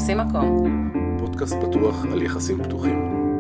תופסים מקום. פודקאסט פתוח על יחסים פתוחים.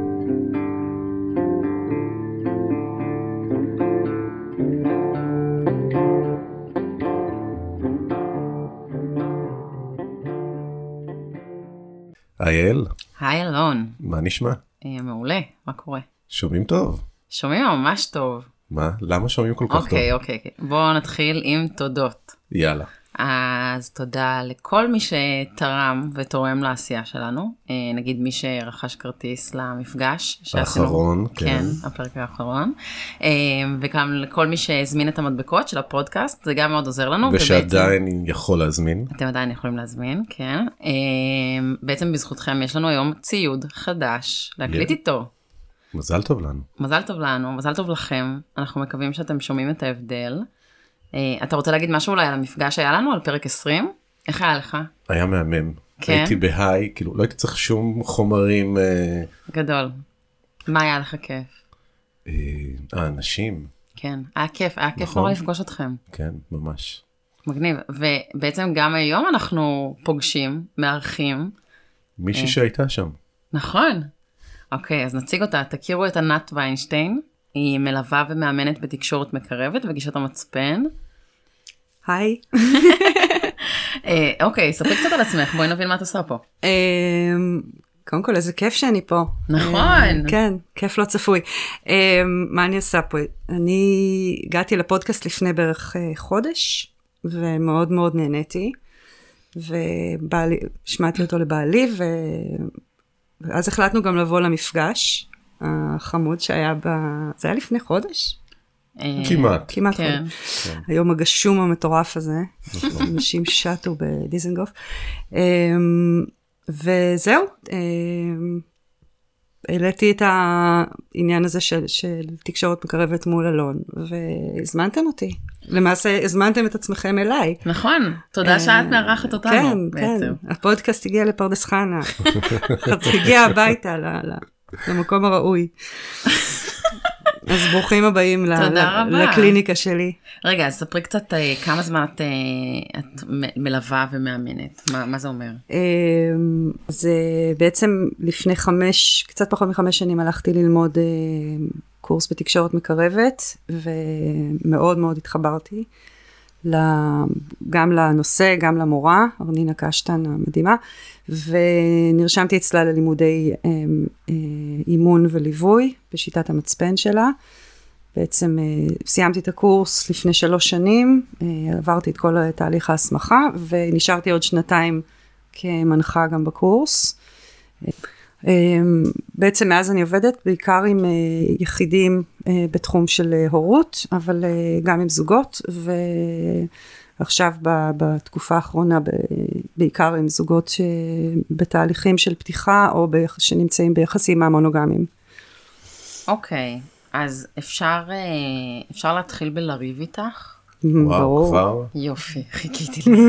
היי היי אלון. מה נשמע? מעולה, מה קורה? שומעים טוב. שומעים ממש טוב. מה? למה שומעים כל כך טוב? אוקיי. בואו נתחיל עם תודות. יאללה. אז תודה לכל מי שתרם ותורם לעשייה שלנו. נגיד מי שרכש כרטיס למפגש. האחרון, כן. הפרק האחרון. וגם לכל מי שהזמין את המדבקות של הפודקאסט, זה גם מאוד עוזר לנו. ושעדיין יכול להזמין. אתם עדיין יכולים להזמין, כן. בעצם בזכותכם יש לנו היום ציוד חדש להקליט איתו. מזל טוב לנו. מזל טוב לנו, מזל טוב לכם. אנחנו מקווים שאתם שומעים את ההבדל. אתה רוצה להגיד משהו אולי על המפגש שהיה לנו, על פרק 20? איך היה לך? היה מהמם. כן? הייתי בהיי, כאילו לא הייתי צריך שום חומרים. גדול. מה היה לך כיף? האנשים. כן, היה כיף נכון. נורא לפגוש אתכם. כן, ממש. מגניב. ובעצם גם היום אנחנו פוגשים, מארחים. מישהי שהייתה שם. נכון. אוקיי, אז נציג אותה. תכירו את ענת ויינשטיין. היא מלווה ומאמנת בתקשורת מקרבת וגישת המצפן. היי. אוקיי, ספרי קצת על עצמך, בואי נבין מה את עושה פה. קודם כל, איזה כיף שאני פה. נכון. כן, כיף לא צפוי. מה אני עושה פה? אני הגעתי לפודקאסט לפני בערך חודש, ומאוד מאוד נהניתי, ושמעתי אותו לבעלי, ואז החלטנו גם לבוא למפגש, החמוד שהיה זה היה לפני חודש? כמעט. כמעט חודש. היום הגשום המטורף הזה, אנשים שטו בדיזנגוף. וזהו, העליתי את העניין הזה של תקשורת מקרבת מול אלון, והזמנתם אותי. למעשה, הזמנתם את עצמכם אליי. נכון, תודה שאת מארחת אותנו. כן, הפודקאסט הגיע לפרדס חנה. הגיע הביתה למקום הראוי. אז ברוכים הבאים לקליניקה שלי. רגע, אז ספרי קצת כמה זמן את מלווה ומאמנת. מה זה אומר? זה בעצם לפני קצת פחות מ5 שנים הלכתי ללמוד קורס בתקשורת מקרבת, ומאוד מאוד התחברתי. גם לנושא, גם למורה, ארנינה קשטן המדהימה, ונרשמתי אצלה ללימודי אימון וליווי בשיטת המצפן שלה. בעצם סיימתי את הקורס לפני 3 שנים, עברתי את כל תהליך ההסמכה, ונשארתי עוד 2 כמנחה גם בקורס. בעצם מאז אני עובדת בעיקר עם יחידים בתחום של הורות, אבל גם עם זוגות, ועכשיו בתקופה האחרונה בעיקר עם זוגות בתהליכים של פתיחה, או שנמצאים ביחסים המונוגמיים. אוקיי, אז אפשר להתחיל בלריב איתך? וואו, כבר? יופי, חיכיתי לזה.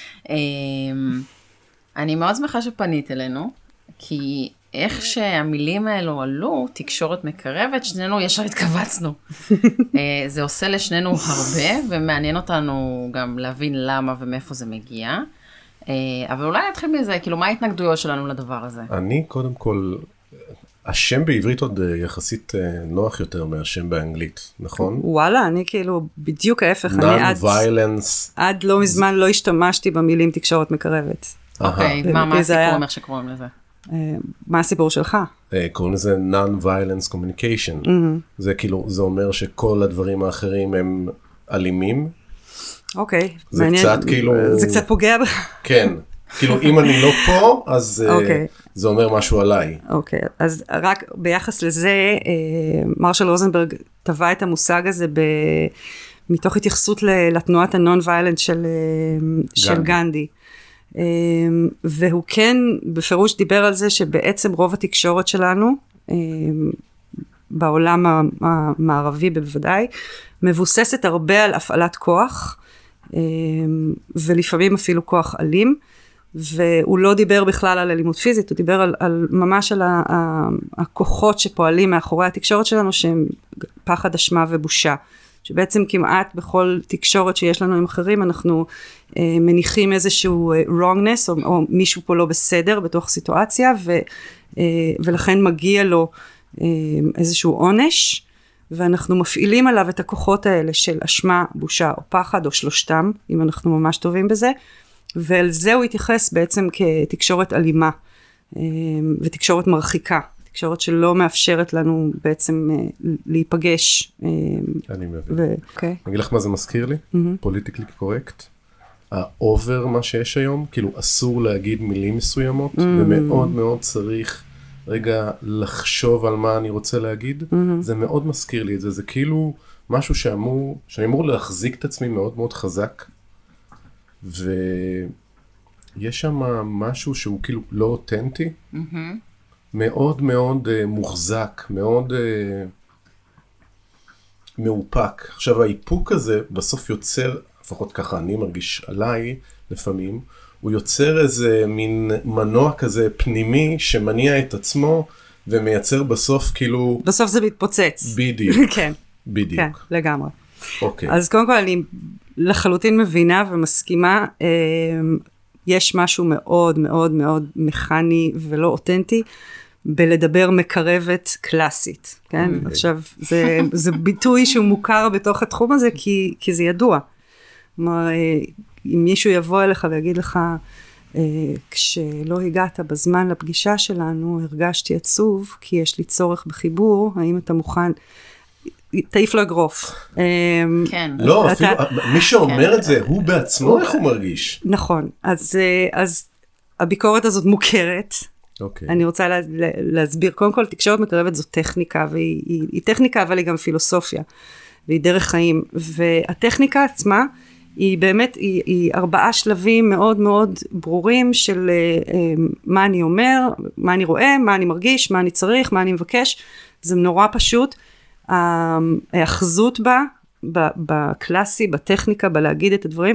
אני מאוד שמחה שפנית אלינו, כי איך שהמילים האלו עלו, תקשורת מקרבת, שנינו ישר התכווצנו. זה עושה לשנינו הרבה, ומעניין אותנו גם להבין למה ומאיפה זה מגיע. אבל אולי נתחיל מזה, כאילו מה ההתנגדויות שלנו לדבר הזה? אני קודם כל, השם בעברית עוד יחסית נוח יותר מהשם באנגלית, נכון? וואלה, אני כאילו בדיוק ההפך. Non-violence. עד לא מזמן לא השתמשתי במילים תקשורת מקרבת. אוקיי, מה הסיפור איך שקוראים לזה? מה הסיפור שלך? קוראים לזה non-violence communication. זה כאילו, זה אומר שכל הדברים האחרים הם אלימים. אוקיי, זה קצת כאילו... זה קצת פוגע בך. כן, כאילו אם אני לא פה, אז זה אומר משהו עליי. אוקיי, אז רק ביחס לזה, מרשל רוזנברג טבע את המושג הזה מתוך התייחסות לתנועת הנון-ויילנט של גנדי. והוא כן בפירוש דיבר על זה שבעצם רוב התקשורת שלנו בעולם המערבי בוודאי מבוססת הרבה על הפעלת כוח ולפעמים אפילו כוח אלים, והוא לא דיבר בכלל על אלימות פיזית, הוא דיבר ממש על הכוחות שפועלים מאחורי התקשורת שלנו שהם פחד, אשמה ובושה, שבעצם כמעט בכל תקשורת שיש לנו עם אחרים, אנחנו מניחים איזשהו wrongness, או מישהו פה לא בסדר בתוך סיטואציה, ולכן מגיע לו איזשהו עונש, ואנחנו מפעילים עליו את הכוחות האלה של אשמה, בושה או פחד, או שלושתם, אם אנחנו ממש טובים בזה, ועל זה הוא התייחס בעצם כתקשורת אלימה, ותקשורת מרחיקה, תקשורת שלא מאפשרת לנו בעצם להיפגש. אני מבין. אני אגיד לך מה זה מזכיר לי? פוליטיקלי קורקט. האובר מה שיש היום, כאילו אסור להגיד מילים מסוימות, ומאוד מאוד צריך רגע לחשוב על מה אני רוצה להגיד. זה מאוד מזכיר לי את זה. זה כאילו משהו שאני אמור להחזיק את עצמי מאוד מאוד חזק, ויש שם משהו שהוא כאילו לא אותנטי, מאוד מאוד מוחזק, מאוד מאופק. עכשיו האיפוק הזה בסוף יוצר, לפחות ככה אני מרגיש עליי לפעמים, הוא יוצר איזה מין מנוע כזה פנימי שמניע את עצמו ומייצר בסוף כאילו... בסוף זה מתפוצץ. בדיוק. כן. בדיוק. כן, לגמרי. אוקיי. אז קודם כל אני לחלוטין מבינה ומסכימה, יש משהו מאוד מאוד מאוד מכני ולא אותנטי, בלדבר מקרבת קלאסית, כן? עכשיו, זה ביטוי שהוא מוכר בתוך התחום הזה, כי זה ידוע. כלומר, אם מישהו יבוא אליך ויגיד לך, כשלא הגעת בזמן לפגישה שלנו, הרגשתי עצוב, כי יש לי צורך בחיבור, האם אתה מוכן... תעיף לו אגרוף. כן. לא, אפילו מי שאומר את זה, הוא בעצמו איך הוא מרגיש. נכון, אז הביקורת הזאת מוכרת, אוקיי. אני רוצה להסביר, קודם כל, תקשורת מקרבת זו טכניקה, והיא טכניקה, אבל היא גם פילוסופיה, והיא דרך חיים, והטכניקה עצמה, היא באמת, היא 4 שלבים מאוד מאוד ברורים, של מה אני אומר, מה אני רואה, מה אני מרגיש, מה אני צריך, מה אני מבקש, זה נורא פשוט, ההאחזות בה, בקלאסי, בטכניקה, בלהגיד את הדברים,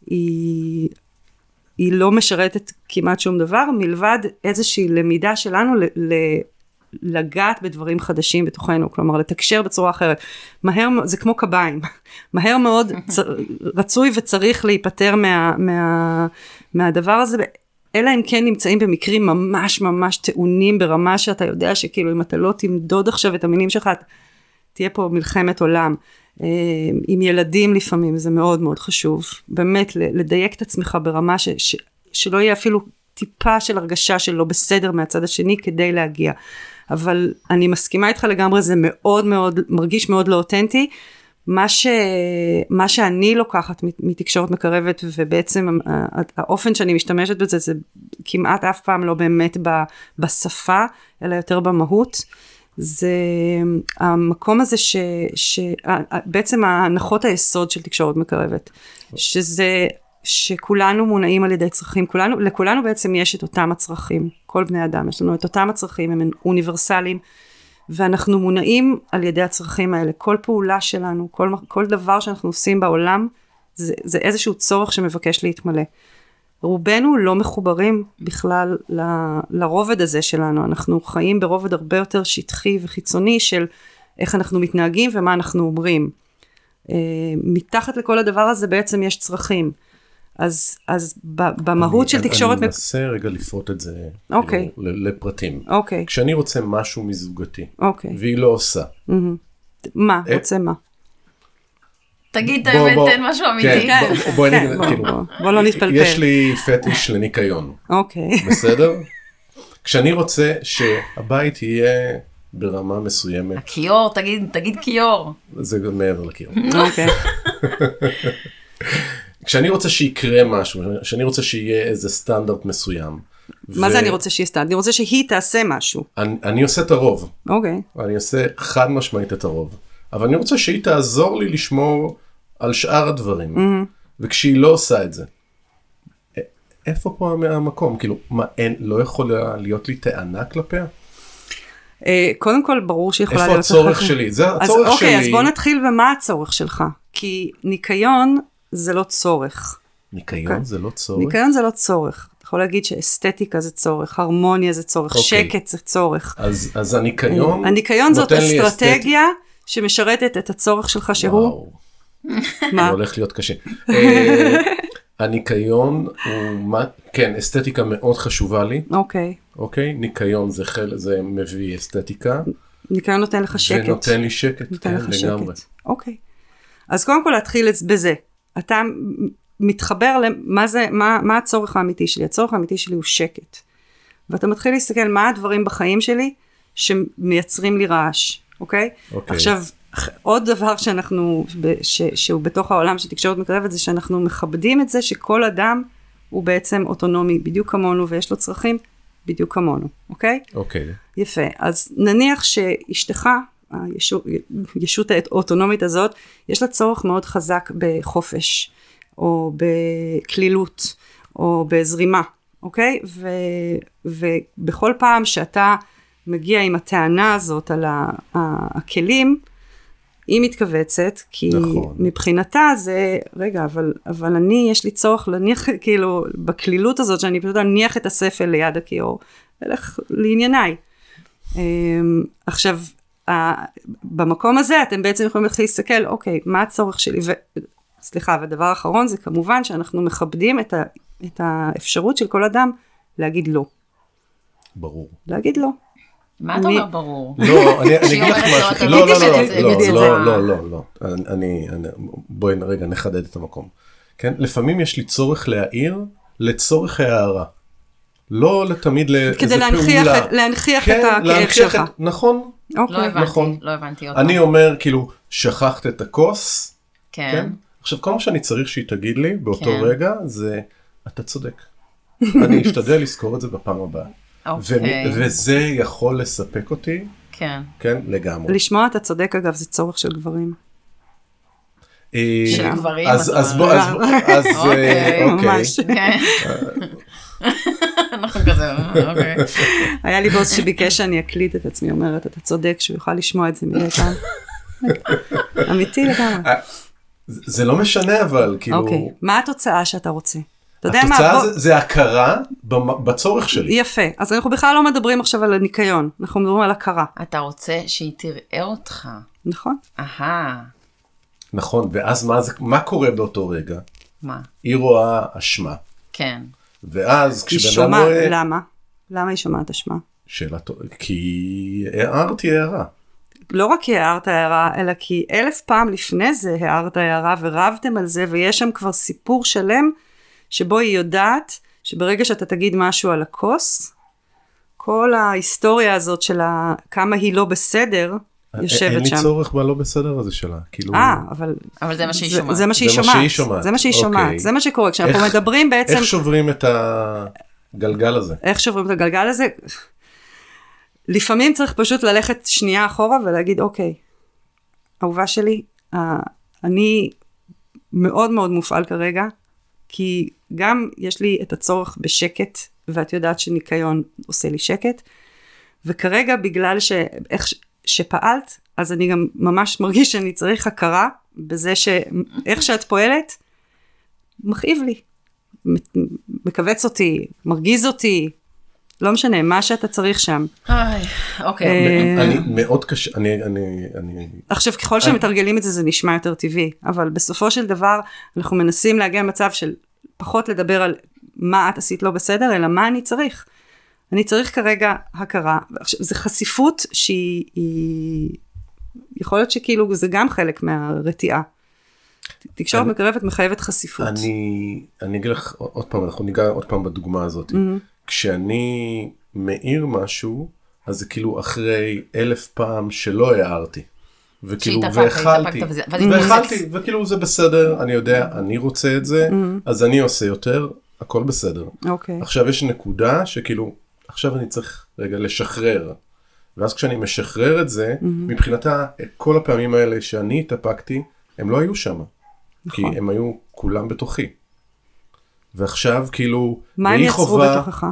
היא לא משרתת כמעט שום דבר, מלבד איזושהי למידה שלנו לגעת בדברים חדשים בתוכנו, כלומר לתקשר בצורה אחרת. מהר, זה כמו קביים, מהר מאוד רצוי וצריך להיפטר מהדבר הזה, אלא אם כן נמצאים במקרים ממש ממש טעונים ברמה שאתה יודע שכאילו אם אתה לא תמדוד עכשיו את המינים שלך, תהיה פה מלחמת עולם. עם ילדים לפעמים, זה מאוד מאוד חשוב, באמת לדייק את עצמך ברמה שלא יהיה אפילו טיפה של הרגשה של לא בסדר מהצד השני כדי להגיע, אבל אני מסכימה איתך לגמרי, זה מאוד מאוד, מרגיש מאוד לא אותנטי, מה שאני לוקחת מתקשורת מקרבת, ובעצם האופן שאני משתמשת בזה, זה כמעט אף פעם לא באמת בשפה, אלא יותר במהות, זה המקום הזה בעצם ההנחות היסוד של תקשורת מקרבת, שזה שכולנו מונעים על ידי צרכים, לכולנו בעצם יש את אותם הצרכים, כל בני אדם, יש לנו את אותם הצרכים, הם אוניברסליים, ואנחנו מונעים על ידי הצרכים האלה, כל פעולה שלנו, כל דבר שאנחנו עושים בעולם, זה איזשהו צורך שמבקש להתמלא. רובנו לא מחוברים בכלל לרובד הזה שלנו, אנחנו חיים ברובד הרבה יותר שטחי וחיצוני של איך אנחנו מתנהגים ומה אנחנו אומרים. מתחת לכל הדבר הזה בעצם יש צרכים. אז במהות של תקשורת... אני מנסה רגע לפרוט את זה לפרטים. כשאני רוצה משהו מזוגתי, והיא לא עושה. מה? רוצה מה? תגיד את האמת, תן משהו אמיתי. בוא לא נתפלפל. יש לי פטיש לניקיון. בסדר? כשאני רוצה שהבית יהיה ברמה מסוימת. הכיור, תגיד כיור. זה גם מעבר לכיור. כשאני רוצה שיקרה משהו, כשאני רוצה שיהיה איזה סטנדרט מסוים. מה זה אני רוצה שיהיה סטנדרט? אני רוצה שהיא תעשה משהו. אני עושה את הרוב. אני עושה חד משמעית את הרוב. אבל אני רוצה שהיא תעזור לי לשמור על שאר הדברים. וכשהיא לא עושה את זה, איפה פה המקום? כאילו, מה, לא יכולה להיות לי טענה כלפיה? קודם כל, ברור שיכולה להיות... איפה הצורך שלי? זה הצורך שלי. אז בוא נתחיל במה הצורך שלך. כי ניקיון זה לא צורך. ניקיון זה לא צורך? ניקיון זה לא צורך. אתה יכול להגיד שאסתטיקה זה צורך, הרמוניה זה צורך, שקט זה צורך. אז הניקיון... הניקיון זאת אסטרטגיה שמשרתת את הצורך שלך שהוא זה הולך להיות קשה. הניקיון הוא, כן, אסתטיקה מאוד חשובה לי. אוקיי, ניקיון זה מביא אסתטיקה. ניקיון נותן לך שקט. ונותן לי שקט, כן, לגמרי. אוקיי. אז קודם כל להתחיל בזה. אתה מתחבר מה הצורך האמיתי שלי. הצורך האמיתי שלי הוא שקט. ואתה מתחיל להסתכל מה הדברים בחיים שלי שמייצרים לי רעש. אוקיי? עכשיו, עוד דבר שהוא בתוך העולם של תקשורת מקרבת, זה שאנחנו מכבדים את זה שכל אדם הוא בעצם אוטונומי בדיוק כמונו, ויש לו צרכים בדיוק כמונו, אוקיי? אוקיי. יפה. אז נניח שאשתך, הישות האוטונומית הזאת, יש לה צורך מאוד חזק בחופש, או בכלילות, או בזרימה, אוקיי? ובכל פעם שאתה מגיע עם הטענה הזאת על הכלים, היא מתכווצת, כי נכון. מבחינתה זה, רגע, אבל יש לי צורך להניח, כאילו, בכלילות הזאת, שאני פשוט אניח את הספל ליד הכיור, אלך לענייניי. עכשיו, במקום הזה, אתם בעצם יכולים להתחיל להסתכל, אוקיי, מה הצורך שלי? סליחה, והדבר האחרון זה כמובן, שאנחנו מכבדים את האפשרות של כל אדם, להגיד לא. ברור. להגיד לא. מה אתה אומר ברור? לא, אני אגיד לך משהו. לא. בואי רגע נחדד את המקום. כן? לפעמים יש לי צורך להעיר לצורך הערה. לא לתמיד לאיזה פעולה. כדי להנכיח את הכאב שלך. נכון. לא הבנתי אותו. אני אומר, כאילו, שכחת את הכוס. כן. עכשיו, כל מה שאני צריך שהיא תגיד לי באותו רגע, זה, אתה צודק. אני אשתדל לזכור את זה בפעם הבאה. וזה יכול לספק אותי, כן, לגמרי. לשמוע אתה צודק אגב, זה צורך של גברים. של גברים. אז אוקיי. ממש. אנחנו כזה, אוקיי. היה לי בוס שביקש שאני אקליט את עצמי, אומרת, אתה צודק, שהוא יוכל לשמוע את זה מדי פעם. אמיתי לגמרי. זה לא משנה אבל, כאילו... אוקיי, מה התוצאה שאתה רוצה? התוצאה זה הכרה בצורך שלי. יפה, אז אנחנו בכלל לא מדברים עכשיו על הניקיון, אנחנו מדברים על הכרה. אתה רוצה שהיא תראה אותך. נכון. נכון, ואז מה קורה באותו רגע? מה? היא רואה אשמה. כן. ואז כשבן אדם רואה... למה? למה היא שומעת אשמה? שאלה טובה, כי הערתי הערה. לא רק הערת הערה, אלא כי 1000 פעם לפני זה הערת הערה ורבתם על זה, ויש שם כבר סיפור שלם, שבו היא יודעת שברגע שאתה תגיד משהו על הכוס, כל ההיסטוריה הזאת של כמה היא לא בסדר, יושבת שם. אין לי צורך בלא בסדר הזה שלה. אבל זה מה שהיא שומעת. זה מה שהיא שומעת. זה מה שהיא שומעת. זה מה שקורה. כשאנחנו מדברים בעצם... איך שוברים את הגלגל הזה? איך שוברים את הגלגל הזה? לפעמים צריך פשוט ללכת שנייה אחורה ולהגיד, אוקיי, אהובה שלי, אני מאוד מאוד מופעל כרגע, כי גם יש לי את הצורך בשקט, ואת יודעת שניקיון עושה לי שקט, וכרגע בגלל שפעלת, אז אני גם ממש מרגיש שאני צריך הכרה, בזה שאיך שאת פועלת, מכאיב לי, מקווץ אותי, מרגיז אותי, לא משנה, מה שאתה צריך שם. אוקיי. אני מאוד קשה, עכשיו, ככל שמתרגלים את זה, זה נשמע יותר טבעי, אבל בסופו של דבר, אנחנו מנסים להגיע למצב של פחות לדבר על מה את עשית לא בסדר, אלא מה אני צריך. אני צריך כרגע הכרה. עכשיו, זו חשיפות שהיא, יכול להיות שכאילו זה גם חלק מהרתיעה. תקשורת מקרבת מחייבת חשיפות. אני אגיד לך עוד פעם, אנחנו ניגע עוד פעם בדוגמה הזאת. כשאני מאיר משהו, אז זה כאילו אחרי 1000 פעם שלא הערתי. וכאילו, והחלתי, וכאילו זה בסדר, אני יודע, אני רוצה את זה, אז אני עושה יותר, הכל בסדר. עכשיו יש נקודה שכאילו, עכשיו אני צריך רגע לשחרר. ואז כשאני משחרר את זה, מבחינתה, כל הפעמים האלה שאני התאפקתי, הם לא היו שם. כי הם היו כולם בתוכי. ועכשיו כאילו, מה הם יצרו בתוכך?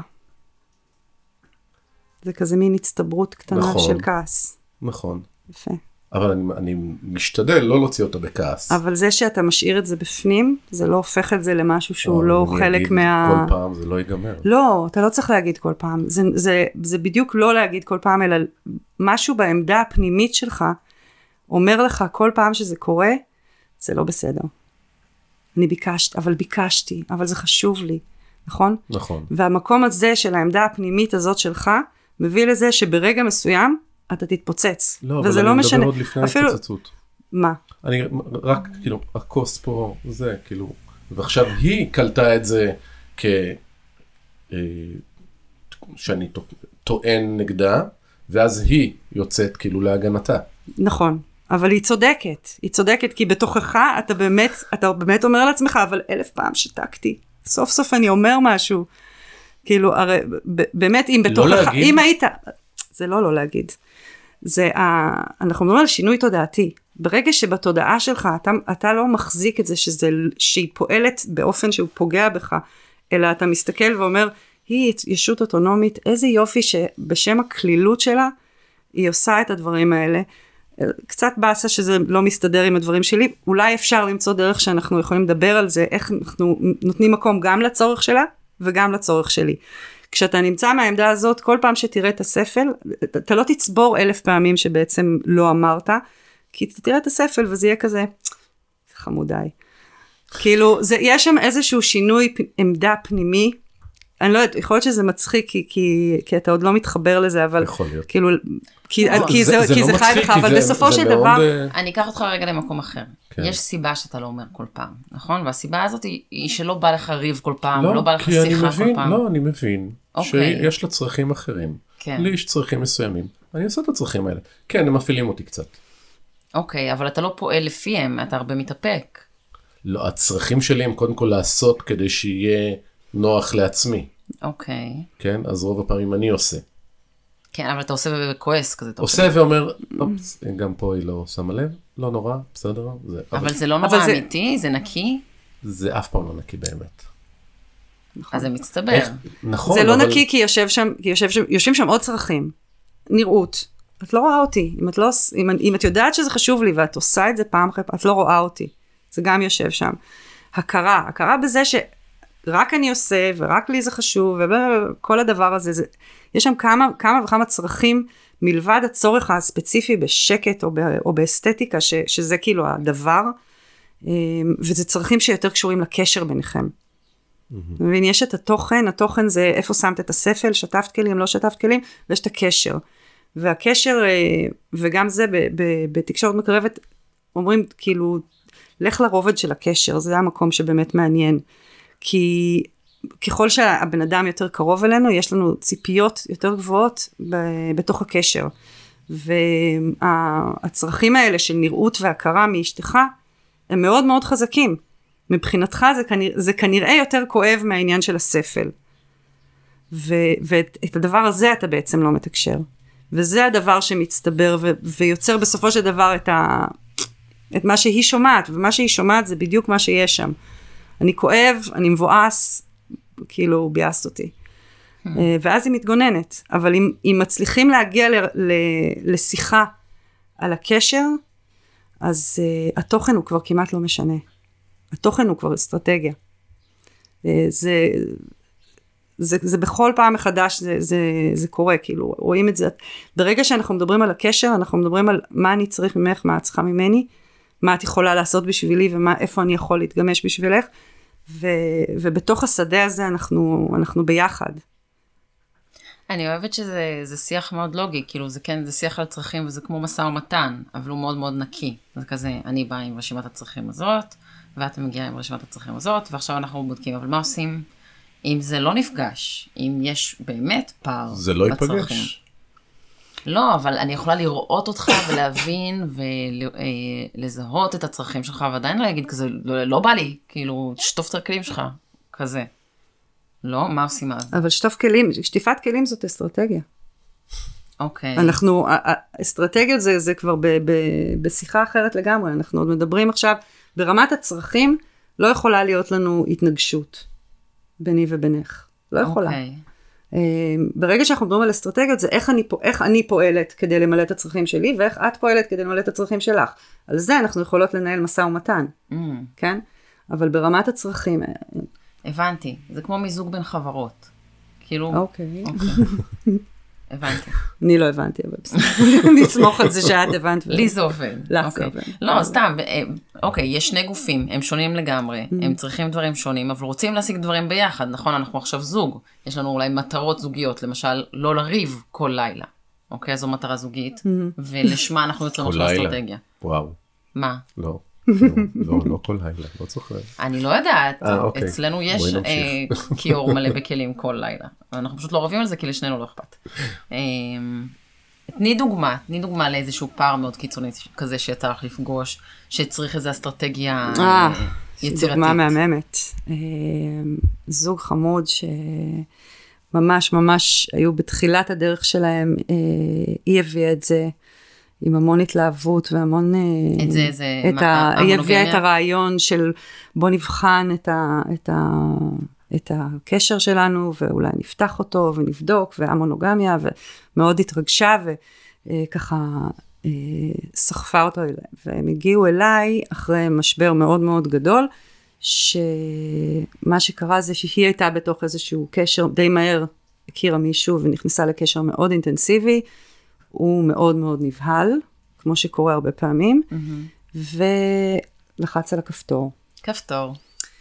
זה כזה מין הצטברות קטנה של כעס. נכון. יפה. אבל אני משתדל לא להוציא אותה בכעס. אבל זה שאתה משאיר את זה בפנים, זה לא הופך את זה למשהו שהוא לא חלק מה... כל פעם זה לא ייגמר. לא, אתה לא צריך להגיד כל פעם. זה בדיוק לא להגיד כל פעם, אלא משהו בעמדה הפנימית שלך, אומר לך כל פעם שזה קורה, זה לא בסדר. אני ביקשתי, אבל זה חשוב לי, נכון? נכון. והמקום הזה של העמדה הפנימית הזאת שלך, מביא לזה שברגע מסוים, אתה תתפוצץ. לא, אבל אני מדבר עוד לפני ההתפוצצות. מה? אני רק, כאילו, הכוס פה, זה, כאילו, ועכשיו היא קלטה את זה שאני טוען נגדה, ואז היא יוצאת כאילו להגנתה. נכון, אבל היא צודקת כי בתוכך אתה באמת אומר לעצמך, אבל 1000 פעם שתקתי, סוף סוף אני אומר משהו, כאילו, הרי באמת אם בתוכך, אם היית, זה לא להגיד, אנחנו מדברים על שינוי תודעתי, ברגע שבתודעה שלך אתה לא מחזיק את זה שהיא פועלת באופן שהוא פוגע בך, אלא אתה מסתכל ואומר, היא ישות אוטונומית, איזה יופי שבשם הכלילות שלה, היא עושה את הדברים האלה. קצת בעשה שזה לא מסתדר עם הדברים שלי, אולי אפשר למצוא דרך שאנחנו יכולים לדבר על זה, איך אנחנו נותנים מקום גם לצורך שלה, וגם לצורך שלי. כשאתה נמצא מהעמדה הזאת, כל פעם שתראה את הספל, אתה לא תצבור 1000 פעמים שבעצם לא אמרת, כי אתה תראה את הספל וזה יהיה כזה, חמודיי. כאילו, יש שם איזשהו שינוי עמדה פנימי, אני לא יודעת, יכול להיות שזה מצחיק, כי אתה עוד לא מתחבר לזה, אבל כאילו, כי זה חי לך, אבל בסופו של דבר... אני אקח אותך רגע למקום אחר. יש סיבה שאתה לא אומר כל פעם, נכון? והסיבה הזאת היא שלא בא לך ריב כל פעם, לא בא לך שיחה כל פעם. לא, אני מבין שיש לה צרכים אחרים. לי יש צרכים מסוימים. אני עושה את הצרכים האלה. כן, הם מפעילים אותי קצת. אוקיי, אבל אתה לא פועל לפיהם, אתה הרבה מתאפק. לא, הצרכים שלי הם קודם כל לעשות כדי שיהיה נוח לעצמי. אוקיי. כן, אז רוב הפעמים אני עושה. כן, אבל אתה עושה וכועס כזה. עושה ואומר, אופס, גם פה היא לא שמה לב, לא נורא, בסדר. אבל זה לא נורא אמיתי, זה נקי? זה אף פעם לא נקי באמת. אז זה מצטבר. נכון. זה לא נקי כי יושבים שם עוד צרכים. נראות. את לא רואה אותי. אם את יודעת שזה חשוב לי ואת עושה את זה פעם אחרי פעם, את לא רואה אותי. זה גם יושב שם. הכרה בזה שרק אני עושה ורק לי זה חשוב וכל הדבר הזה, יש שם כמה וכמה צרכים מלבד הצורך הספציפי בשקט או באסתטיקה, שזה כאילו הדבר, וזה צרכים שיותר קשורים לקשר ביניכם. מבין, יש את התוכן זה איפה שמת את הספל, שטפת כלים, לא שטפת כלים, ויש את הקשר. והקשר, וגם זה בתקשורת מקרבת, אומרים כאילו, לך לרובד של הקשר, זה המקום שבאמת מעניין. כי ככל שהבן אדם יותר קרוב אלינו, יש לנו ציפיות יותר גבוהות בתוך הקשר. והצרכים האלה של נראות והכרה מאשתך, הם מאוד מאוד חזקים. מבחינתך זה כנראה יותר כואב מהעניין של הספל. ואת הדבר הזה אתה בעצם לא מתקשר. וזה הדבר שמצטבר ויוצר בסופו של דבר את מה שהיא שומעת, ומה שהיא שומעת זה בדיוק מה שיש שם. אני כואב, אני מבואס, כאילו ביאסת אותי. ואז היא מתגוננת. אבל אם מצליחים להגיע לשיחה על הקשר, אז התוכן הוא כבר כמעט לא משנה. התוכן הוא כבר אסטרטגיה. זה בכל פעם מחדש, זה קורה, כאילו, רואים את זה. ברגע שאנחנו מדברים על הקשר, אנחנו מדברים על מה אני צריך ממך, מה את צריכה ממני, מה את יכולה לעשות בשבילי, ואיפה אני יכול להתגמש בשבילך, ובתוך השדה הזה אנחנו ביחד. אני אוהבת שזה שיח מאוד לוגי, כאילו זה כן, זה שיח על צרכים, וזה כמו משא ומתן, אבל הוא מאוד מאוד נקי. זה כזה, אני באה עם רשימת הצרכים הזאת, ואת מגיעה עם רשימת הצרכים הזאת, ועכשיו אנחנו בודקים, אבל מה עושים אם זה לא נפגש? אם יש באמת פער זה לא ייפגש. לא, אבל אני יכולה לראות אותך ולהבין ולזהות את הצרכים שלך, ועדיין לא להגיד כזה, לא בא לי, כאילו, שטוף את הכלים שלך, כזה. לא? מה עושים אז? אבל שטיפת כלים זאת אסטרטגיה. אוקיי. אסטרטגיות זה כבר בשיחה אחרת לגמרי, אנחנו עוד מדברים עכשיו, ברמת הצרכים, לא יכולה להיות לנו התנגשות ביני ובינך. לא יכולה. אוקיי. ברגע שאנחנו מדברים על אסטרטגיות, זה איך אני פועלת כדי למלא את הצרכים שלי, ואיך את פועלת כדי למלא את הצרכים שלך. על זה אנחנו יכולות לנהל משא ומתן. כן? אבל ברמת הצרכים... הבנתי. זה כמו מיזוג בין חברות. כאילו... אוקיי. הבנתי. אני לא הבנתי, אבל בסדר. נצמוך על זה שאת הבנת. לי זה עובד. לך זה עובד. לא, סתם, אוקיי, יש שני גופים, הם שונים לגמרי, הם צריכים דברים שונים, אבל רוצים להשיג דברים ביחד, נכון? אנחנו עכשיו זוג, יש לנו אולי מטרות זוגיות, למשל, לא לריב כל לילה, אוקיי? זו מטרה זוגית, ולשמה אנחנו יוצרים עכשיו אסטרטגיה. וואו. מה? לא. לא כל לילה, לא צוחק. אני לא יודעת, אצלנו יש כיור מלא בכלים כל לילה. אנחנו פשוט לא רבים על זה, כי לשנינו לא אכפת. תני דוגמה לאיזשהו פער מאוד קיצוני כזה שיצא לך לפגוש, שצריך איזו אסטרטגיה יצירתית. דוגמה מהממת. זוג חמוד שממש היו בתחילת הדרך שלהם, היא הביאה את זה, עם המון התלהבות והמון... היא הביאה את הרעיון של בוא נבחן את הקשר שלנו, ואולי נפתח אותו ונבדוק, והמונוגמיה, ומאוד התרגשה, וככה סחפה אותו אליי. והם הגיעו אליי אחרי משבר מאוד מאוד גדול, שמה שקרה זה שהיא הייתה בתוך איזשהו קשר, די מהר הכירה מישהו, ונכנסה לקשר מאוד אינטנסיבי, הוא מאוד מאוד נבהל, כמו שקורה הרבה פעמים, ולחץ על הכפתור. כפתור.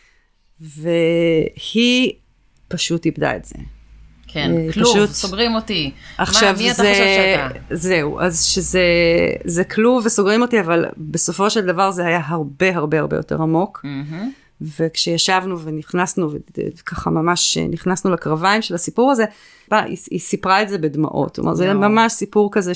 והיא פשוט איבדה את זה. כן, כלוב, סוגרים אותי. עכשיו מי אתה חושב שאתה? זהו, אז שזה כלוב וסוגרים אותי, אבל בסופו של דבר זה היה הרבה הרבה הרבה יותר עמוק. וכשישבנו ונכנסנו, וככה ממש נכנסנו לקרביים של הסיפור הזה, היא סיפרה את זה בדמעות. זאת אומרת, זה ממש סיפור כזה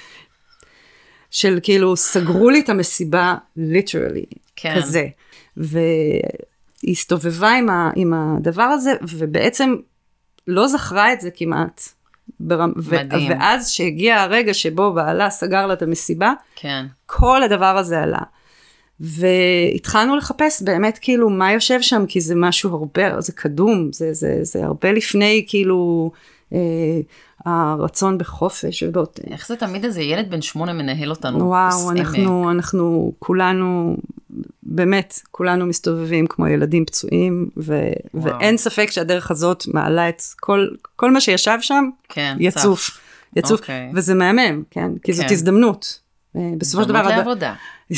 של כאילו, סגרו לי את המסיבה, literally, כזה. והיא הסתובבה עם הדבר הזה, ובעצם לא זכרה את זה כמעט. מדהים. ואז שהגיע הרגע שבו בעלה סגר לה את המסיבה, כל הדבר הזה עלה. והתחלנו לחפש באמת כאילו מה יושב שם, כי זה משהו הרבה, זה קדום, זה הרבה לפני כאילו הרצון בחופש. איך זה תמיד איזה ילד בן 8 מנהל אותנו? וואו, אנחנו כולנו, באמת, כולנו מסתובבים כמו ילדים פצועים, ואין ספק שהדרך הזאת מעלה את כל מה שישב שם, יצוף, וזה מהמם, כן? כי זאת הזדמנות. בסופו של דבר... הזדמנות לעבודה.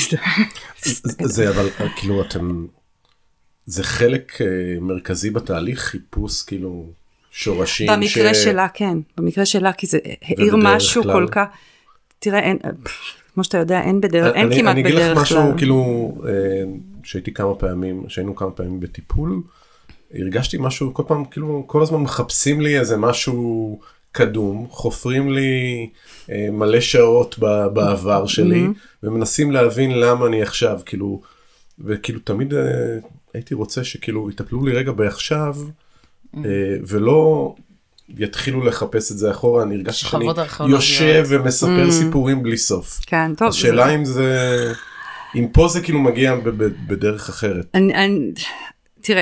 זה אבל כאילו זה חלק מרכזי בתהליך, חיפוש כאילו שורשים. במקרה שלה, כן. במקרה שלה, כי זה העיר משהו כל כך... תראה, כמו שאתה יודע, אין כמעט בדרך כלל. אני אגיד לך משהו, כאילו, שהיינו כמה פעמים בטיפול, הרגשתי משהו, כל פעם, כאילו, כל הזמן מחפשים לי איזה משהו קדום, חופרים לי מלא שעות בעבר שלי, ומנסים להבין למה אני עכשיו, כאילו, וכאילו תמיד הייתי רוצה שכאילו יטפלו לי רגע בעכשיו, ולא יתחילו לחפש את זה אחורה, אני הרגשתי שאני יושב ומספר סיפורים בלי סוף. כן, טוב. השאלה אם פה זה כאילו מגיע בדרך אחרת. תראה,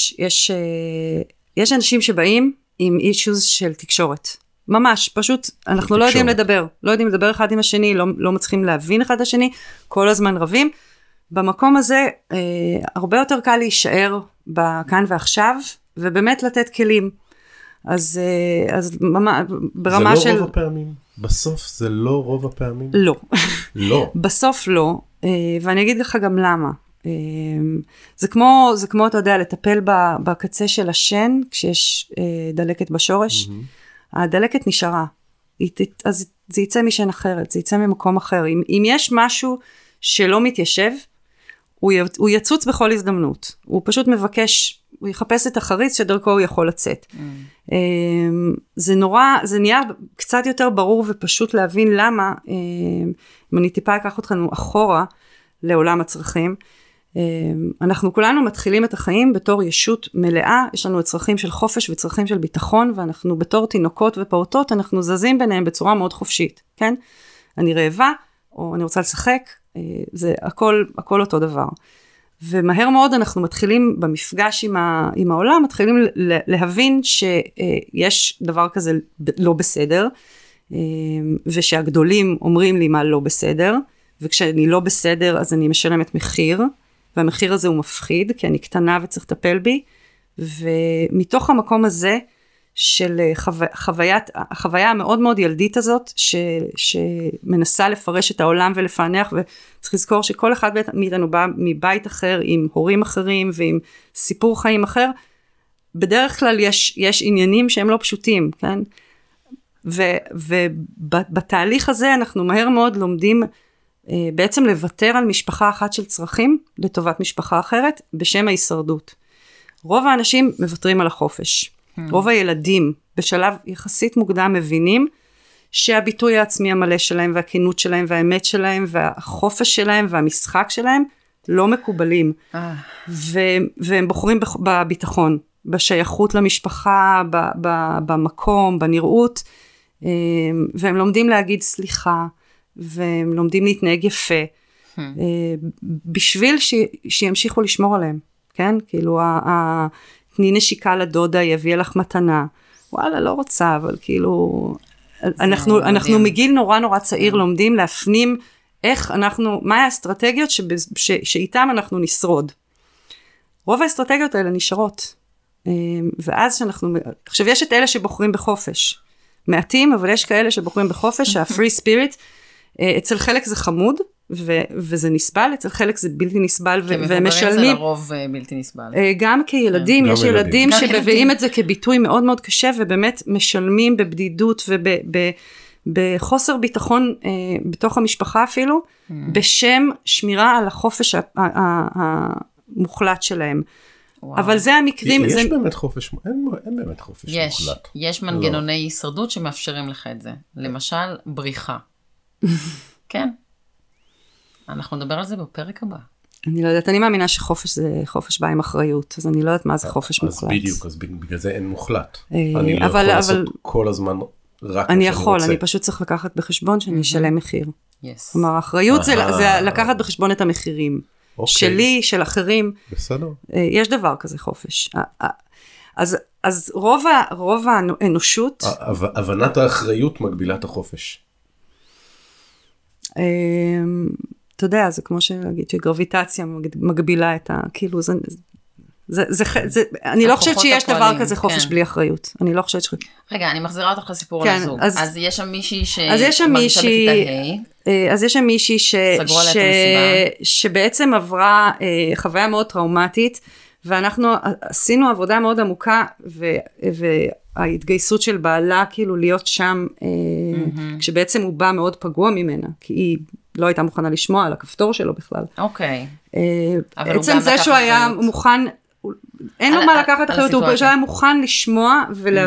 יש אנשים שבאים עם אישוז של תקשורת. ממש, פשוט, אנחנו לא יודעים לדבר. לא יודעים לדבר אחד עם השני, לא מצליחים להבין אחד השני, כל הזמן רבים. במקום הזה, הרבה יותר קל להישאר בכאן ועכשיו, ובאמת לתת כלים. אז ברמה של... זה לא רוב הפעמים? בסוף זה לא רוב הפעמים? לא. לא. בסוף לא, ואני אגיד לך גם למה. זה כמו, אתה יודע, לטפל בקצה של השן, כשיש דלקת בשורש, הדלקת נשארה. אז זה יצא משן אחרת, זה יצא ממקום אחר. אם יש משהו שלא מתיישב, הוא יצוץ בכל הזדמנות. הוא פשוט מבקש, הוא יחפש את החריץ שדרכו הוא יכול לצאת. זה נהיה קצת יותר ברור ופשוט להבין למה, אם אני טיפה אקח אותנו אחורה לעולם הצרכים, אנחנו כולנו מתחילים את החיים בתור ישות מלאה, יש לנו צרכים של חופש וצרכים של ביטחון, ואנחנו בתור תינוקות ופעוטות, אנחנו זזים ביניהם בצורה מאוד חופשית, כן? אני רעבה, או אני רוצה לשחק, זה הכל אותו דבר. ומהר מאוד אנחנו מתחילים במפגש עם העולם, מתחילים להבין שיש דבר כזה לא בסדר, ושהגדולים אומרים לי מה לא בסדר, וכשאני לא בסדר אז אני משלמת מחיר, והמחיר הזה הוא מפחיד, כי אני קטנה וצריך לטפל בי, ומתוך המקום הזה של החוויה המאוד מאוד ילדית הזאת, שמנסה לפרש את העולם ולפענח, וצריך לזכור שכל אחד מאיתנו בא מבית אחר, עם הורים אחרים, ועם סיפור חיים אחר, בדרך כלל יש עניינים שהם לא פשוטים, כן? ובתהליך הזה אנחנו מהר מאוד לומדים בעצם לוותר על משפחה אחת של צרכים, לטובת משפחה אחרת, בשם ההישרדות. רוב האנשים מוותרים על החופש. רוב הילדים בשלב יחסית מוקדם מבינים שהביטוי העצמי המלא שלהם והכינות שלהם והאמת שלהם והחופש שלהם והמשחק שלהם לא מקובלים. והם בוחרים בביטחון, בשייכות למשפחה, במקום, בנראות, והם לומדים להגיד סליחה, והם לומדים להתנהג יפה, בשביל שימשיכו לשמור עליהם, כן? כאילו, תני נשיקה לדודה, יביא לך מתנה. וואלה, לא רוצה, אבל כאילו, אנחנו מגיל נורא נורא צעיר לומדים להפנים איך אנחנו, מה האסטרטגיות שאיתם אנחנו נשרוד. רוב האסטרטגיות האלה נשארות. ואז שאנחנו, עכשיו יש את אלה שבוחרים בחופש. מעטים, אבל יש כאלה שבוחרים בחופש, ה-free spirit, אצל חלק זה חמוד, וזה נסבל, אצל חלק זה בלתי נסבל, כמבוגרים זה לרוב בלתי נסבל. גם כילדים, יש ילדים שמביאים את זה כביטוי מאוד מאוד קשה, ובאמת משלמים בבדידות ובחוסר ביטחון בתוך המשפחה אפילו, בשם שמירה על החופש המוחלט שלהם. אבל זה המקרים... יש באמת חופש, אין באמת חופש מוחלט. יש מנגנוני הישרדות שמאפשרים לך את זה. למשל, בריחה. כן. אנחנו נדבר על זה בפרק הבא. אני לא יודעת, אני מאמינה שחופש זה חופש בא עם אחריות, אז אני לא יודעת מה זה חופש מוחלט. אז בדיוק, אז בגלל זה אין מוחלט. אני לא יכול לעשות כל הזמן רק אני יכול, אני פשוט צריך לקחת בחשבון שאני אשלם מחיר. כלומר, האחריות זה לקחת בחשבון את המחירים. שלי, של אחרים. בסדר. יש דבר כזה חופש. אז רוב האנושות... הבנת האחריות מגבילה את החופש. אתה יודע, זה כמו להגיד שגרביטציה מגבילה את כאילו אני לא חושבת שיש דבר כזה חופש בלי אחריות. אני לא חושבת ש... רגע, אני מחזירה אותך לסיפור על הזוג. אז יש שם מישהי שמרגישה בכיתה ה'. אז יש שם מישהי שבעצם עברה חוויה מאוד טראומטית, ואנחנו עשינו עבודה מאוד עמוקה, וההתגייסות של בעלה כאילו להיות שם, כשבעצם הוא בא מאוד פגוע ממנה, כי היא לא הייתה מוכנה לשמוע על הכפתור שלו בכלל. אוקיי. עצם זה שהוא היה מוכן, אין לו מה לקחת אחריות, הוא פשוט היה מוכן לשמוע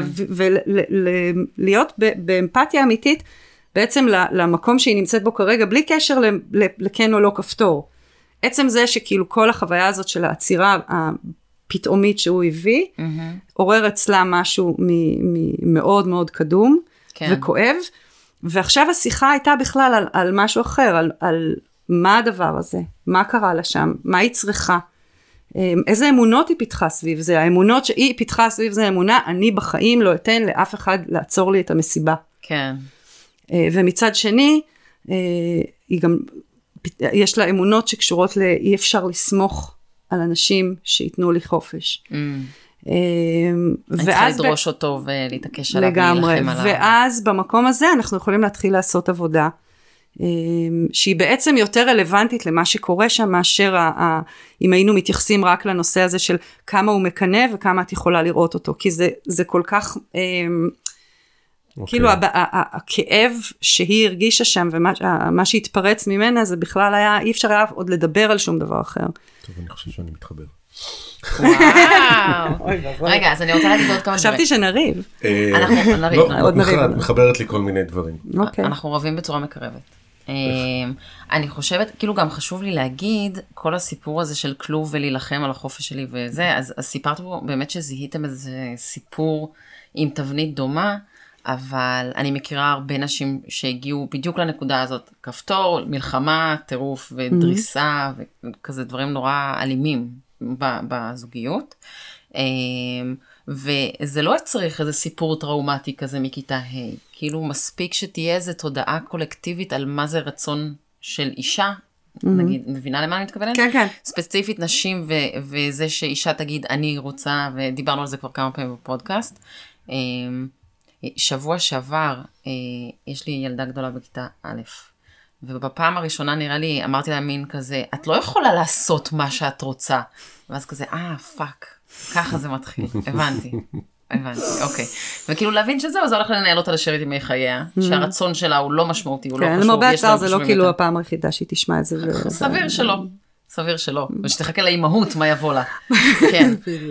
ולהיות באמפתיה אמיתית, בעצם למקום שהיא נמצאת בו כרגע, בלי קשר לכן או לא כפתור. עצם זה שכאילו כל החוויה הזאת של העצירה הפתאומית שהוא הביא, עורר אצלה משהו מאוד מאוד קדום וכואב, ועכשיו השיחה הייתה בכלל על משהו אחר, על מה הדבר הזה, מה קרה לה שם, מה היא צריכה, איזה אמונות היא פיתחה סביב זה, האמונות שהיא פיתחה סביב זה אמונה, אני בחיים לא אתן לאף אחד לעצור לי את המסיבה. כן. ומצד שני, היא גם, יש לה אמונות שקשורות לאי אפשר לסמוך על אנשים שיתנו לי חופש. אני צריכה לדרוש אותו ולהתעקש עליו ולהילחם עליו. ואז במקום הזה אנחנו יכולים להתחיל לעשות עבודה, שהיא בעצם יותר רלוונטית למה שקורה שם, מאשר אם היינו מתייחסים רק לנושא הזה של כמה הוא מקנה וכמה את יכולה לראות אותו, כי זה כל כך... כאילו הכאב שהיא הרגישה שם ומה שהתפרץ ממנה זה בכלל היה, אי אפשר היה עוד לדבר על שום דבר אחר. טוב, אני חושב שאני מתחבר. וואו. רגע, אז אני רוצה להגיד עוד כמה דברים. חשבתי שנריב. אנחנו נריב. לא, מחברת לי כל מיני דברים. אנחנו רבים בצורה מקרבת. אני חושבת, כאילו גם חשוב לי להגיד, כל הסיפור הזה של כלוב ולהילחם על החופש שלי וזה, אז סיפרת פה באמת שזיהיתם איזה סיפור עם תבנית דומה, אבל אני מכירה הרבה נשים שהגיעו בדיוק לנקודה הזאת, כפתור, מלחמה, טירוף ודריסה, וכזה דברים נורא אלימים בזוגיות. וזה לא צריך איזה סיפור טראומטי כזה מכיתה ה', כאילו מספיק שתהיה איזו תודעה קולקטיבית על מה זה רצון של אישה, נגיד, מבינה למה אני מתכוונת? כן, כן. ספציפית נשים וזה שאישה תגיד אני רוצה, ודיברנו על זה כבר כמה פעמים בפודקאסט, שבוע שעבר, יש לי ילדה גדולה בכיתה א', ובפעם הראשונה נראה לי, אמרתי לה מין כזה, את לא יכולה לעשות מה שאת רוצה. ואז כזה, פאק, ככה זה מתחיל, הבנתי, אוקיי. וכאילו להבין שזהו, זה הולך לנהל אותה לשרת ימי חייה, שהרצון שלה הוא לא משמעותי, הוא לא חשוב. למרבה הצער זה לא כאילו הפעם היחידה שהיא תשמע את זה. סביר שלא, ושתחכה לאימהות מה יבוא לה. כן.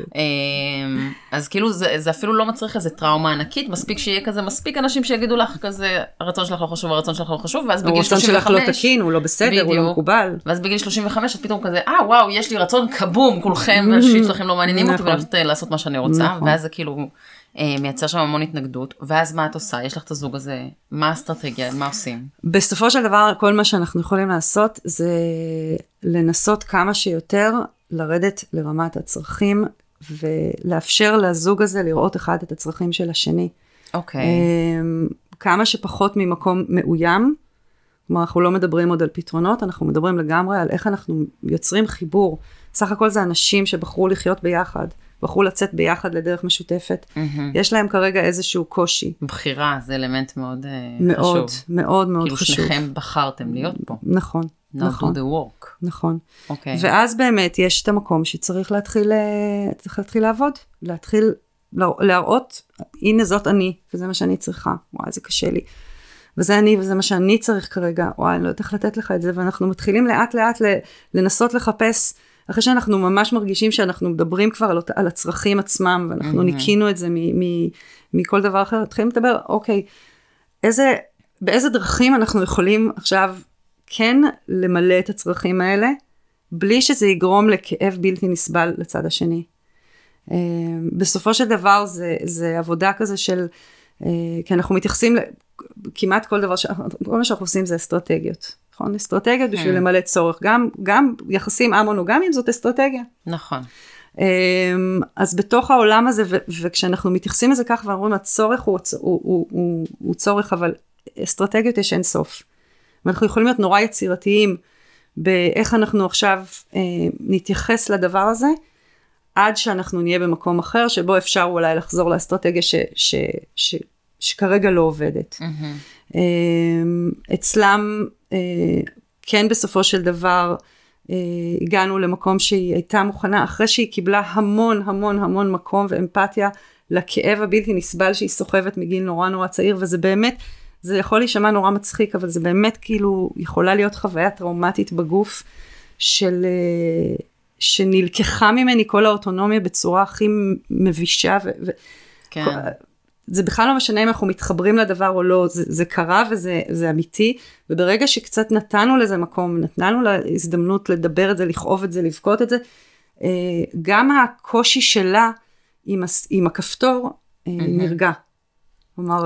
אז כאילו זה אפילו לא מצריך איזה טראומה ענקית, מספיק שיהיה כזה, מספיק אנשים שיגידו לך כזה, הרצון שלך לא חשוב, הרצון שלך לא חשוב, ואז בגיל 35... הרצון שלך לא תקין, הוא לא בסדר, הוא לא מקובל. ואז בגיל 35 את פתאום כזה, וואו, יש לי רצון קבום, כולכם והשיט שלכם לא מעניינים אותי, ולכת לעשות מה שאני רוצה, ואז זה כאילו מייצר שם המון התנגדות, ואז מה את עושה? יש לך את הזוג הזה, מה האסטרטגיה, מה עושים? בסופו של דבר, כל מה שאנחנו יכולים לעשות, זה לנסות כמה שיותר לרדת לרמת הצרכים, ולאפשר לזוג הזה לראות אחד את הצרכים של השני. אוקיי. כמה שפחות ממקום מאוים, כלומר, אנחנו לא מדברים עוד על פתרונות, אנחנו מדברים לגמרי על איך אנחנו יוצרים חיבור. סך הכל זה אנשים שבחרו לחיות ביחד, בחרו לצאת ביחד לדרך משותפת. יש להם כרגע איזשהו קושי. בחירה זה אלמנט מאוד מאוד, חשוב. מאוד מאוד כאילו חשוב. כאילו שניכם בחרתם להיות פה. נכון. Now do the work. נכון. אוקיי. ואז באמת יש את המקום שצריך להתחיל לעבוד, להתחיל להראות, הנה זאת אני, וזה מה שאני צריכה. וואי, זה קשה לי. וזה אני, וזה מה שאני צריך כרגע. וואי, אני לא יודעת איך לתת לך את זה, ואנחנו מתחילים לאט לאט לנסות לחפש, אחרי שאנחנו ממש מרגישים שאנחנו מדברים כבר על הצרכים עצמם, ואנחנו ניקינו את זה מכל דבר אחר, מתחילים לדבר, אוקיי, באיזה דרכים אנחנו יכולים עכשיו כן למלא את הצרכים האלה, בלי שזה יגרום לכאב בלתי נסבל לצד השני. בסופו של דבר זה עבודה כזה של, כי אנחנו מתייחסים כמעט כל דבר, כל מה שאנחנו עושים זה אסטרטגיות. נכון? אסטרטגיות בשביל למלא צורך. גם יחסים א-מונוגמיים זאת אסטרטגיה. נכון. אז בתוך העולם הזה, וכשאנחנו מתייחסים לזה כך, ואומרים, הצורך הוא צורך, אבל אסטרטגיות יש אין סוף. ואנחנו יכולים להיות נורא יצירתיים, באיך אנחנו עכשיו נתייחס לדבר הזה, עד שאנחנו נהיה במקום אחר, שבו אפשר אולי לחזור לאסטרטגיה שכרגע לא עובדת. אצלם, כן בסופו של דבר, הגענו למקום שהיא הייתה מוכנה, אחרי שהיא קיבלה המון המון המון מקום ואמפתיה, לכאב הבלתי נסבל שהיא סוחבת מגיל נורא נורא צעיר, וזה באמת, זה יכול להישמע נורא מצחיק, אבל זה באמת כאילו, יכולה להיות חוויה טראומטית בגוף, שנלקחה ממני כל האוטונומיה בצורה הכי מבישה, כן. זה בכלל לא משנה אם אנחנו מתחברים לדבר או לא, זה קרה וזה אמיתי, וברגע שקצת נתנו לזה מקום, נתנו לה הזדמנות לדבר את זה, לכאוב את זה, לבכות את זה, גם הקושי שלה עם הכפתור נרגע. כלומר,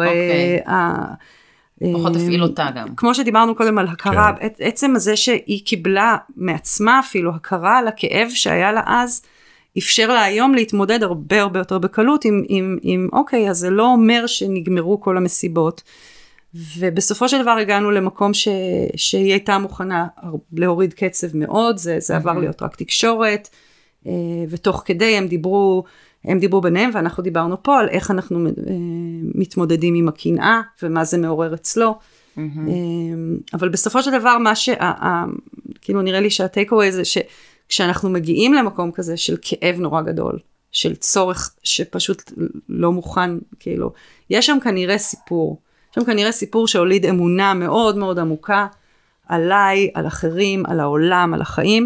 פחות תפעיל אותה גם. כמו שדיברנו קודם על הכרה, עצם הזה שהיא קיבלה מעצמה אפילו הכרה על הכאב שהיה לה אז, אפשר לה היום להתמודד הרבה הרבה יותר בקלות עם אוקיי, אז זה לא אומר שנגמרו כל המסיבות, ובסופו של דבר הגענו למקום שהיא הייתה מוכנה להוריד קצב מאוד, זה עבר להיות רק תקשורת, ותוך כדי הם דיברו ביניהם, ואנחנו דיברנו פה על איך אנחנו מתמודדים עם הקנאה, ומה זה מעורר אצלו, אבל בסופו של דבר כאילו נראה לי שהטייק-אווי זה כשאנחנו מגיעים למקום כזה של כאב נורא גדול, של צורך שפשוט לא מוכן, כאילו, יש שם כנראה סיפור שהוליד אמונה מאוד מאוד עמוקה, עליי, על אחרים, על העולם, על החיים,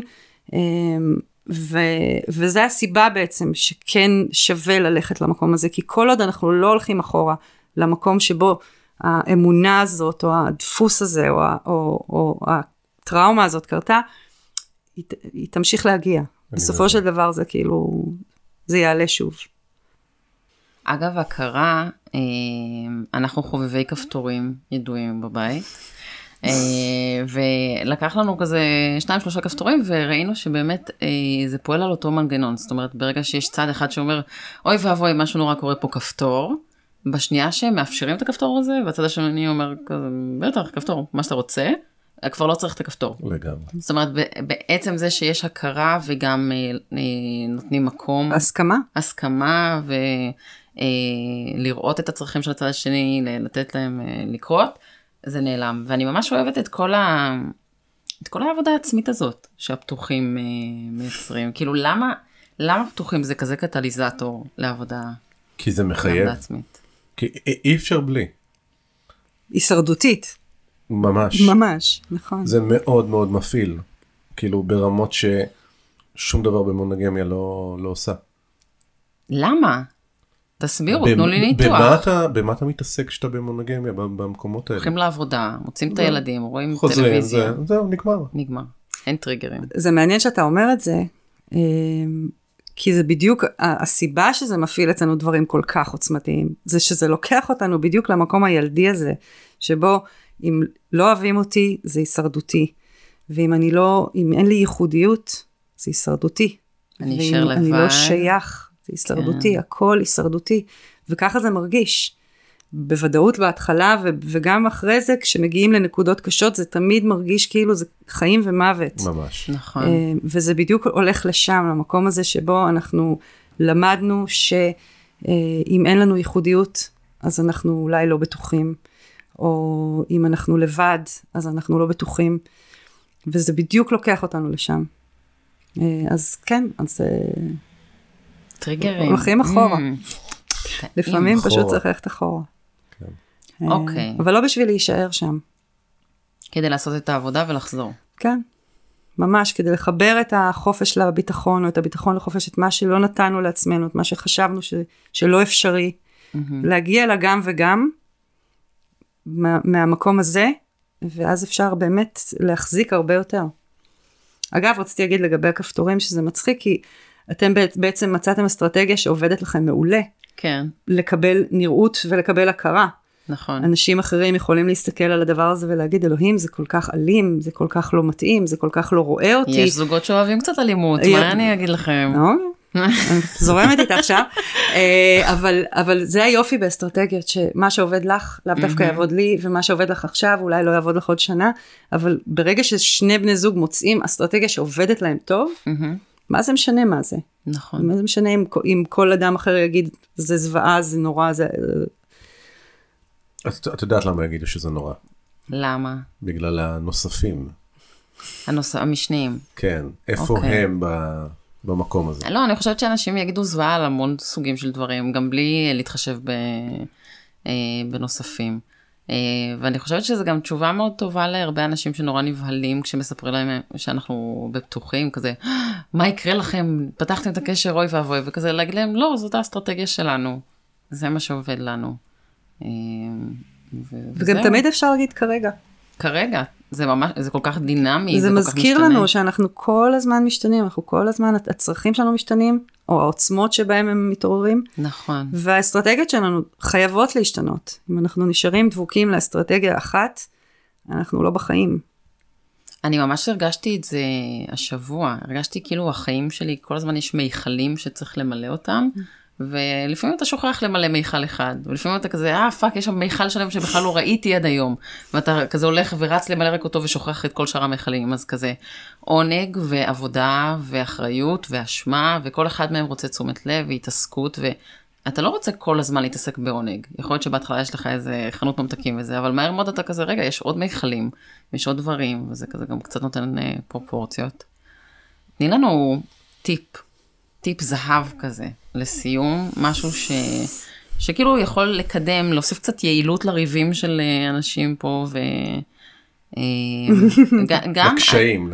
וזה הסיבה בעצם שכן שווה ללכת למקום הזה, כי כל עוד אנחנו לא הולכים אחורה למקום שבו האמונה הזאת, או הדפוס הזה, או הטראומה הזאת קרתה, היא תמשיך להגיע. בסופו של דבר זה כאילו, זה יעלה שוב. אגב, הכרה, אנחנו חובבי כפתורים ידועים בבית, ולקח לנו כזה 2-3 כפתורים, וראינו שבאמת זה פועל על אותו מנגנון. זאת אומרת, ברגע שיש צד אחד שאומר, אוי ואבוי, משהו נורא קורה פה כפתור, בשנייה שהם מאפשרים את הכפתור הזה, והצד השני אומר, בטח, כפתור, מה שאתה רוצה, כבר לא צריך את הכפתור. לגמרי. זאת אומרת, בעצם זה שיש הכרה וגם נותנים מקום. הסכמה. הסכמה לראות את הצרכים של הצד השני, לתת להם לקרות, זה נעלם. ואני ממש אוהבת את כל העבודה העצמית הזאת, שהפתוחים מייצרים. כאילו, למה פתוחים זה כזה קטליזטור לעבודה? כי זה מחייב. עצמית. כי אי אפשר בלי. הישרדותית. ממש. ממש, נכון. זה מאוד מאוד מפעיל. כאילו ברמות ששום דבר במונוגמיה לא עושה. למה? תסבירו, תנו לי ניתוח. במה אתה מתעסק כשאתה במונוגמיה, במקומות האלה? הולכים לעבודה, מוצאים את הילדים, רואים טלוויזיה. זהו, נגמר. אין טריגרים. זה מעניין שאתה אומר את זה, כי זה בדיוק הסיבה שזה מפעיל אצלנו דברים כל כך עוצמתיים, זה שזה לוקח אותנו בדיוק למקום הילדי הזה, שבו אם לא אוהבים אותי, זה הישרדותי. ואם אם אין לי ייחודיות, זה הישרדותי. אני אשאר לבד. אני לא שייך, זה הישרדותי, כן. הכל הישרדותי. וככה זה מרגיש. בוודאות בהתחלה, וגם אחרי זה, כשמגיעים לנקודות קשות, זה תמיד מרגיש כאילו זה חיים ומוות. ממש. נכון. וזה בדיוק הולך לשם, למקום הזה שבו אנחנו למדנו שאם אין לנו ייחודיות, אז אנחנו אולי לא בטוחים. או אם אנחנו לבד, אז אנחנו לא בטוחים. וזה בדיוק לוקח אותנו לשם. אז כן, אז... טריגרים. הולכים אחורה. לפעמים פשוט צריך ללכת אחורה. אוקיי. אבל לא בשביל להישאר שם. כדי לעשות את העבודה ולחזור. כן. ממש, כדי לחבר את החופש לביטחון, או את הביטחון לחופש, את מה שלא נתנו לעצמנו, את מה שחשבנו שלא אפשרי. להגיע לגם וגם, מהמקום הזה, ואז אפשר באמת להחזיק הרבה יותר. אגב, רציתי להגיד לגבי הכפתורים שזה מצחיק, כי אתם בעצם מצאתם אסטרטגיה שעובדת לכם מעולה. כן. לקבל נראות ולקבל הכרה. נכון. אנשים אחרים יכולים להסתכל על הדבר הזה ולהגיד, אלוהים, זה כל כך אלים, זה כל כך לא מתאים, זה כל כך לא רואה אותי. יש זוגות שאוהבים קצת אלימות, מה אני אגיד לכם? זורמת איתה עכשיו, אבל זה היופי באסטרטגיות, שמה שעובד לך, לאו דווקא יעבוד לי, ומה שעובד לך עכשיו, אולי לא יעבוד לך עוד שנה, אבל ברגע ששני בני זוג מוצאים אסטרטגיה שעובדת להם טוב, מה זה משנה מה זה? נכון. מה זה משנה אם כל אדם אחר יגיד, זה זוועה, זה נורא, זה... את יודעת למה יגידו שזה נורא? למה? בגלל הנוספים. המשניים. כן, איפה הם במקום הזה? לא, אני חושבת שאנשים יגידו זוועה על המון סוגים של דברים, גם בלי להתחשב בנוספים. ואני חושבת שזו גם תשובה מאוד טובה להרבה אנשים שנורא נבהלים, כשמספרים להם שאנחנו בפתוחים, כזה, מה יקרה לכם? פתחתם את הקשר רוי ואבוי, וכזה להגיד להם, לא, זאת האסטרטגיה שלנו. זה מה שעובד לנו. וגם תמיד אפשר להגיד כרגע. כרגע, זה ממש, זה כל כך דינמי, זה מזכיר לנו שאנחנו כל הזמן משתנים, אנחנו כל הזמן, הצרכים שלנו משתנים, או העוצמות שבהם הם מתעוררים. נכון. והאסטרטגיות שלנו חייבות להשתנות. אם אנחנו נשארים דבוקים לאסטרטגיה אחת, אנחנו לא בחיים. אני ממש הרגשתי את זה השבוע, הרגשתי כאילו החיים שלי, כל הזמן יש מיכלים שצריך למלא אותם, ולפעמים אתה שוכח למלא מיכל אחד, ולפעמים אתה כזה, פאק, יש שם מיכל שלם שבכלל לא ראיתי עד היום, ואתה כזה הולך ורץ למלא רק אותו ושוכח את כל שאר המיכלים, אז כזה עונג ועבודה ואחריות ואשמה, וכל אחד מהם רוצה תשומת לב והתעסקות, ואתה לא רוצה כל הזמן להתעסק בעונג, יכול להיות שבהתחלה יש לך איזה חנות ממתקים וזה, אבל מהר מאוד אתה כזה, רגע, יש עוד מיכלים, יש עוד דברים, וזה כזה גם קצת נותן פרופורציות. תני לנו טיפ זהב כזה, לסיום, משהו שכאילו יכול לקדם, להוסיף קצת יעילות לריבים של אנשים פה, גם... לקשיים.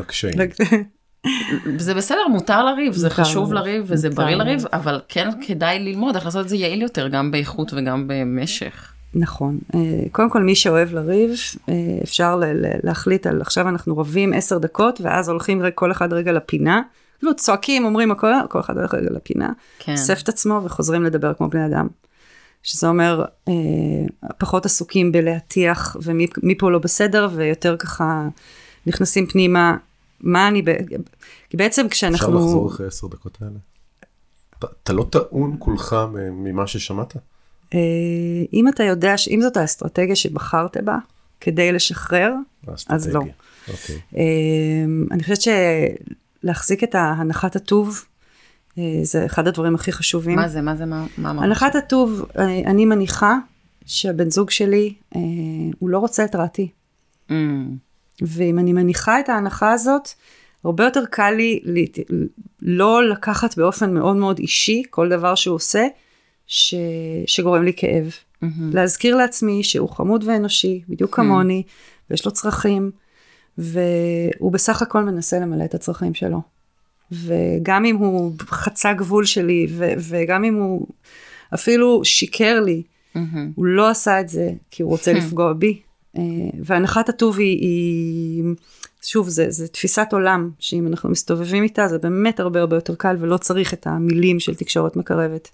זה בסדר, מותר לריב, זה חשוב לריב, וזה בריא לריב, אבל כן כדאי ללמוד איך לעשות את זה יעיל יותר, גם באיכות וגם במשך. נכון. קודם כל, מי שאוהב לריב, אפשר להחליט על, עכשיו אנחנו רבים 10 דקות, ואז הולכים כל אחד רגע לפינה, כאילו צועקים, אומרים כל אחד הולך רגע לפינה, אוסף את עצמו וחוזרים לדבר כמו בני אדם. שזה אומר, פחות עסוקים בלהטיח, ומי פה לא בסדר, ויותר ככה נכנסים פנימה, מה אני, כי בעצם כשאנחנו... אפשר לחזור אחרי 10 דקות האלה? אתה לא טעון כולך ממה ששמעת? אם אתה יודע, אם זאת האסטרטגיה שבחרת בה, כדי לשחרר, אז לא. אוקיי. אני חושבת להחזיק את הנחת הטוב, זה אחד הדברים הכי חשובים. מה זה? מה הנחת הטוב, אני מניחה שהבן זוג שלי, הוא לא רוצה את רעתי. ואם אני מניחה את ההנחה הזאת, הרבה יותר קל לי לא לקחת באופן מאוד מאוד אישי, כל דבר שהוא עושה, שגורם לי כאב. להזכיר לעצמי שהוא חמוד ואנושי, בדיוק כמוני, ויש לו צרכים, והוא בסך הכל מנסה למלא את הצרכים שלו. וגם אם הוא חצה גבול שלי, וגם אם הוא אפילו שיקר לי, הוא לא עשה את זה כי הוא רוצה לפגוע בי. והנחת הטוב היא שוב, זה תפיסת עולם, שאם אנחנו מסתובבים איתה, זה באמת הרבה הרבה יותר קל, ולא צריך את המילים של תקשורת מקרבת.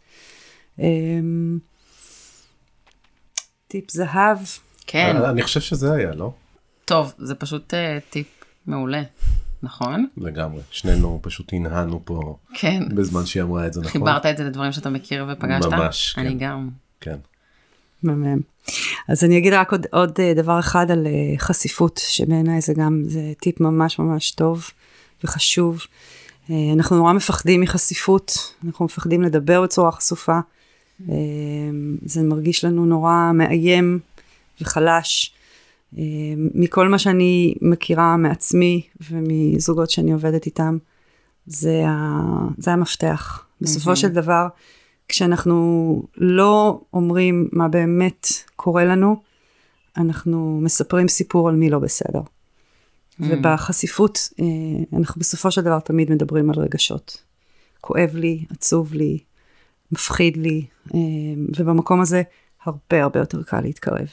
טיפ זהב. כן. אני חושב שזה היה, לא? טוב, זה פשוט טיפ מעולה, נכון? לגמרי. שנינו פשוט הנהנו פה. כן. בזמן שהיא אמרה את זה, נכון? חיברת את זה לדברים שאתה מכיר ופגשת? ממש, כן. אני גם. כן. ממש. אז אני אגיד רק עוד דבר אחד על חשיפות, שבעיניי זה טיפ ממש ממש טוב וחשוב. אנחנו נורא מפחדים מחשיפות, אנחנו מפחדים לדבר בצורה חשופה, זה מרגיש לנו נורא מאיים וחלש. מכל מה שאני מכירה מעצמי ומזוגות שאני עובדת איתם, זה המפתח. בסופו של דבר, כשאנחנו לא אומרים מה באמת קורה לנו, אנחנו מספרים סיפור על מי לא בסדר. ובחשיפות, אנחנו בסופו של דבר תמיד מדברים על רגשות. כואב לי, עצוב לי, מפחיד לי, ובמקום הזה הרבה הרבה יותר קל להתקרב.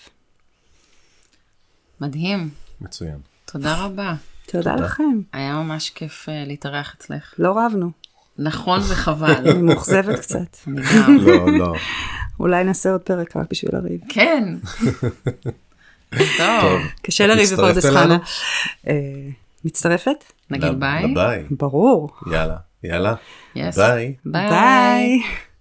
מדהים. מצוין. תודה רבה. תודה לכם. היה ממש כיף להתארח אצלך. לא רבנו. נכון וחבל. אני מוחזבת קצת. אני גם. לא. אולי נעשה עוד פרק רק בשביל לריב. כן. טוב. קשה לריב בפרדס חנה. מצטרפת? נגיד ביי. ביי. ברור. יאללה. Yes. ביי. ביי. ביי.